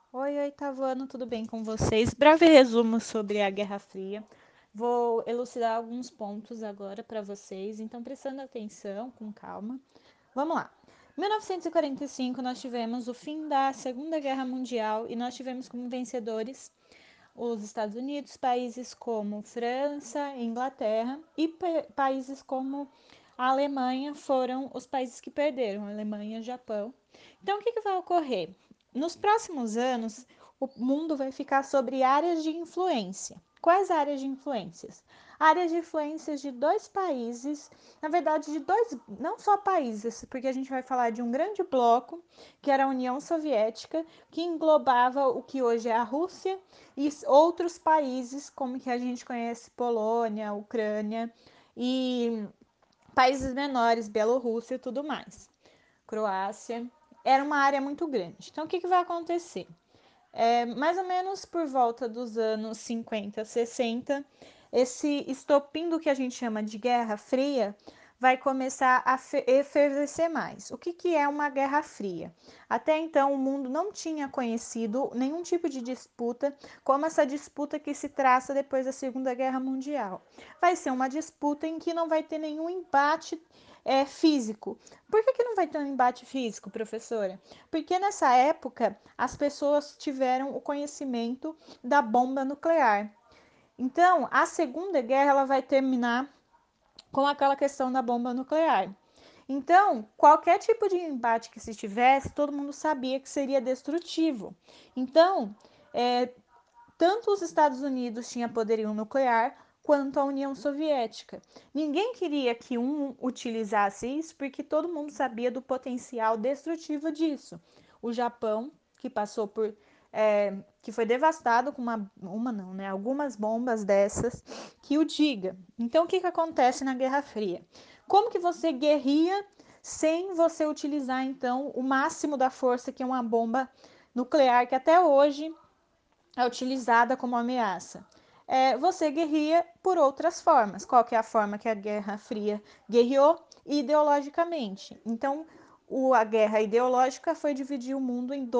Oi, oitavo ano, tudo bem com vocês? Breve resumo sobre a Guerra Fria. Vou elucidar alguns pontos agora para vocês, então prestando atenção, com calma. Vamos lá. Em 1945, nós tivemos o fim da Segunda Guerra Mundial e nós tivemos como vencedores os Estados Unidos, países como França, Inglaterra e países como a Alemanha foram os países que perderam, Alemanha, Japão. Então, o que vai ocorrer? Nos próximos anos, o mundo vai ficar sobre áreas de influência. Quais áreas de influências? Áreas de influências de dois países, na verdade, de dois, não só países, porque a gente vai falar de um grande bloco, que era a União Soviética, que englobava o que hoje é a Rússia e outros países, como que a gente conhece, Polônia, Ucrânia e países menores, Bielorrússia e tudo mais, Croácia. Era uma área muito grande. Então, o que vai acontecer? Mais ou menos por volta dos anos 50, 60, esse estopim do que a gente chama de Guerra Fria vai começar a efervescer mais. O que é uma Guerra Fria? Até então, o mundo não tinha conhecido nenhum tipo de disputa como essa disputa que se traça depois da Segunda Guerra Mundial. Vai ser uma disputa em que não vai ter nenhum embate físico. Por que não vai ter um embate físico, professora? Porque nessa época as pessoas tiveram o conhecimento da bomba nuclear. Então, a Segunda Guerra ela vai terminar com aquela questão da bomba nuclear. Então, qualquer tipo de embate que se tivesse, todo mundo sabia que seria destrutivo. Então, tanto os Estados Unidos tinham poderio nuclear quanto a União Soviética. Ninguém queria que um utilizasse isso porque todo mundo sabia do potencial destrutivo disso. O Japão, que passou por que foi devastado com uma não, né? Algumas bombas dessas que o diga. Então, o que acontece na Guerra Fria? Como que você guerria sem você utilizar, então, o máximo da força que é uma bomba nuclear, que até hoje é utilizada como ameaça? Você guerria por outras formas. Qual que é a forma que a Guerra Fria guerreou? Ideologicamente. Então, a guerra ideológica foi dividir o mundo em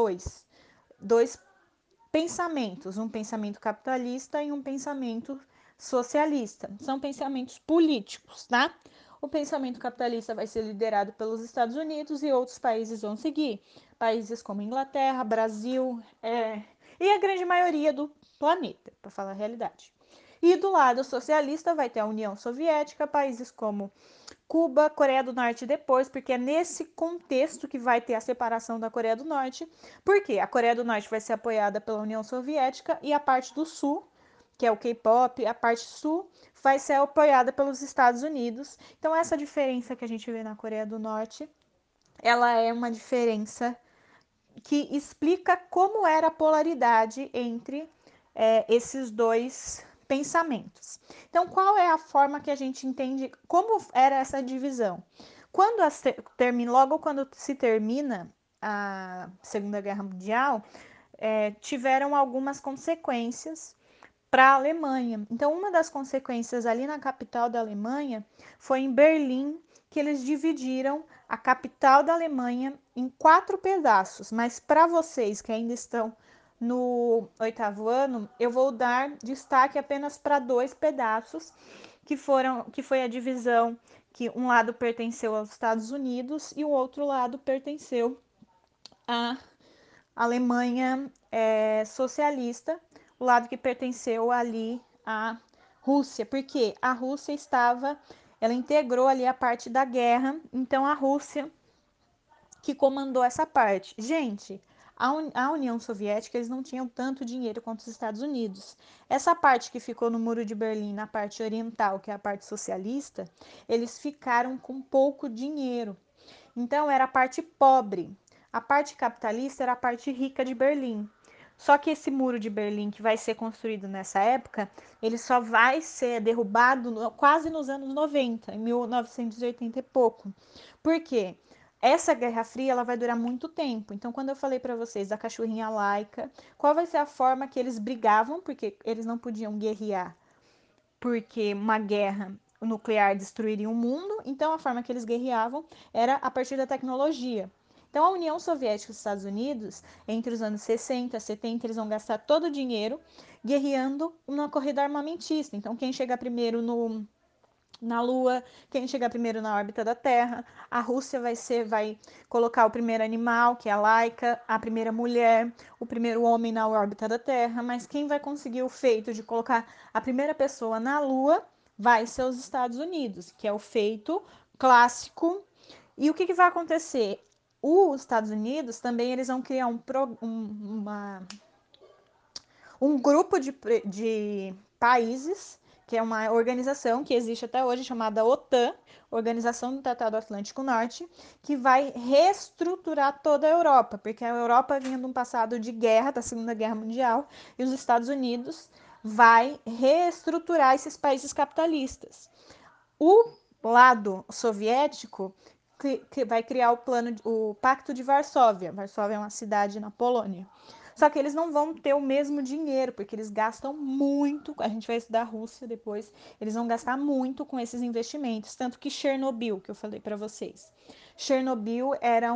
dois pensamentos, um pensamento capitalista e um pensamento socialista. São pensamentos políticos, tá? O pensamento capitalista vai ser liderado pelos Estados Unidos e outros países vão seguir. Países como Inglaterra, Brasil e a grande maioria do planeta, para falar a realidade. E do lado socialista vai ter a União Soviética, países como Cuba, Coreia do Norte depois, porque é nesse contexto que vai ter a separação da Coreia do Norte, porque a Coreia do Norte vai ser apoiada pela União Soviética e a parte do Sul, que é o K-pop, a parte sul vai ser apoiada pelos Estados Unidos. Então essa diferença que a gente vê na Coreia do Norte, ela é uma diferença que explica como era a polaridade entre esses dois pensamentos. Então, qual é a forma que a gente entende como era essa divisão? Quando logo quando se termina a Segunda Guerra Mundial, tiveram algumas consequências para a Alemanha. Então, uma das consequências ali na capital da Alemanha foi em Berlim, que eles dividiram a capital da Alemanha em 4 pedaços. Mas para vocês que ainda estão no oitavo ano, eu vou dar destaque apenas para 2 pedaços, que foi a divisão que um lado pertenceu aos Estados Unidos e o outro lado pertenceu à Alemanha socialista, o lado que pertenceu ali à Rússia, porque a Rússia ela integrou ali a parte da guerra, então a Rússia que comandou essa parte. Gente, a União Soviética, eles não tinham tanto dinheiro quanto os Estados Unidos. Essa parte que ficou no Muro de Berlim, na parte oriental, que é a parte socialista, eles ficaram com pouco dinheiro. Então, era a parte pobre. A parte capitalista era a parte rica de Berlim. Só que esse muro de Berlim que vai ser construído nessa época, ele só vai ser derrubado quase nos anos 90, em 1980 e pouco. Por quê? Essa Guerra Fria ela vai durar muito tempo. Então, quando eu falei para vocês da cachorrinha laica, qual vai ser a forma que eles brigavam, porque eles não podiam guerrear, porque uma guerra nuclear destruiria o mundo, então a forma que eles guerreavam era a partir da tecnologia. Então, a União Soviética e os Estados Unidos, entre os anos 60 e 70, eles vão gastar todo o dinheiro guerreando numa corrida armamentista. Então, quem chegar primeiro na Lua, quem chegar primeiro na órbita da Terra, a Rússia vai colocar o primeiro animal, que é a Laika, a primeira mulher, o primeiro homem na órbita da Terra, mas quem vai conseguir o feito de colocar a primeira pessoa na Lua vai ser os Estados Unidos, que é o feito clássico. E o que vai acontecer? Os Estados Unidos também eles vão criar um grupo de países, que é uma organização que existe até hoje, chamada OTAN, Organização do Tratado Atlântico Norte, que vai reestruturar toda a Europa, porque a Europa vinha de um passado de guerra, da Segunda Guerra Mundial, e os Estados Unidos vai reestruturar esses países capitalistas. O lado soviético que vai criar o Pacto de Varsóvia. Varsóvia é uma cidade na Polônia. Só que eles não vão ter o mesmo dinheiro, porque eles gastam muito. A gente vai estudar a Rússia depois. Eles vão gastar muito com esses investimentos. Tanto que Chernobyl, que eu falei para vocês. Chernobyl era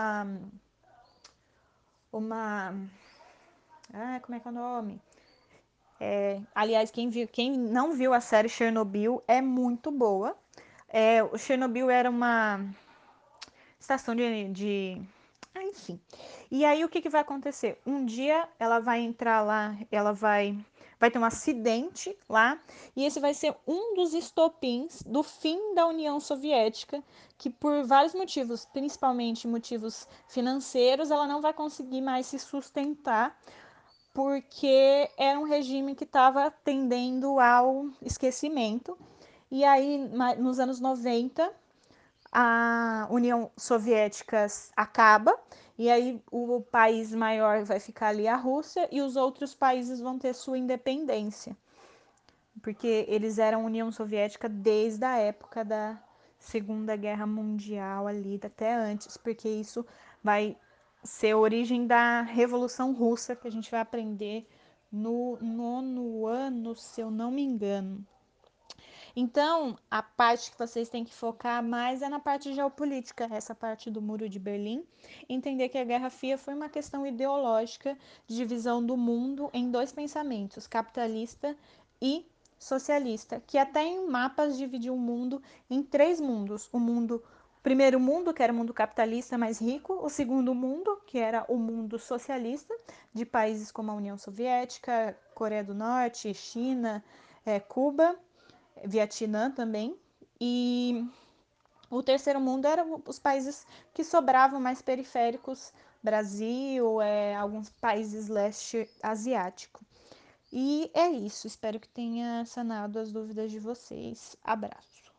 uma. Como é que é o nome? Aliás, quem não viu a série Chernobyl é muito boa. O Chernobyl era uma estação enfim. E aí o que vai acontecer? Um dia ela vai entrar lá, vai ter um acidente lá, e esse vai ser um dos estopins do fim da União Soviética, que por vários motivos, principalmente motivos financeiros, ela não vai conseguir mais se sustentar, porque era um regime que estava tendendo ao esquecimento. E aí, nos anos 90, a União Soviética acaba, e aí o país maior vai ficar ali a Rússia, e os outros países vão ter sua independência, porque eles eram União Soviética desde a época da Segunda Guerra Mundial ali, até antes, porque isso vai ser a origem da Revolução Russa, que a gente vai aprender no 9º ano, se eu não me engano. Então, a parte que vocês têm que focar mais é na parte geopolítica, essa parte do Muro de Berlim. Entender que a Guerra Fria foi uma questão ideológica de divisão do mundo em dois pensamentos, capitalista e socialista, que até em mapas dividiu o mundo em três mundos. O primeiro mundo, que era o mundo capitalista mais rico, o segundo mundo, que era o mundo socialista, de países como a União Soviética, Coreia do Norte, China, Cuba, Vietnã também. E o terceiro mundo eram os países que sobravam mais periféricos, Brasil, alguns países leste asiático. E é isso, espero que tenha sanado as dúvidas de vocês. Abraço.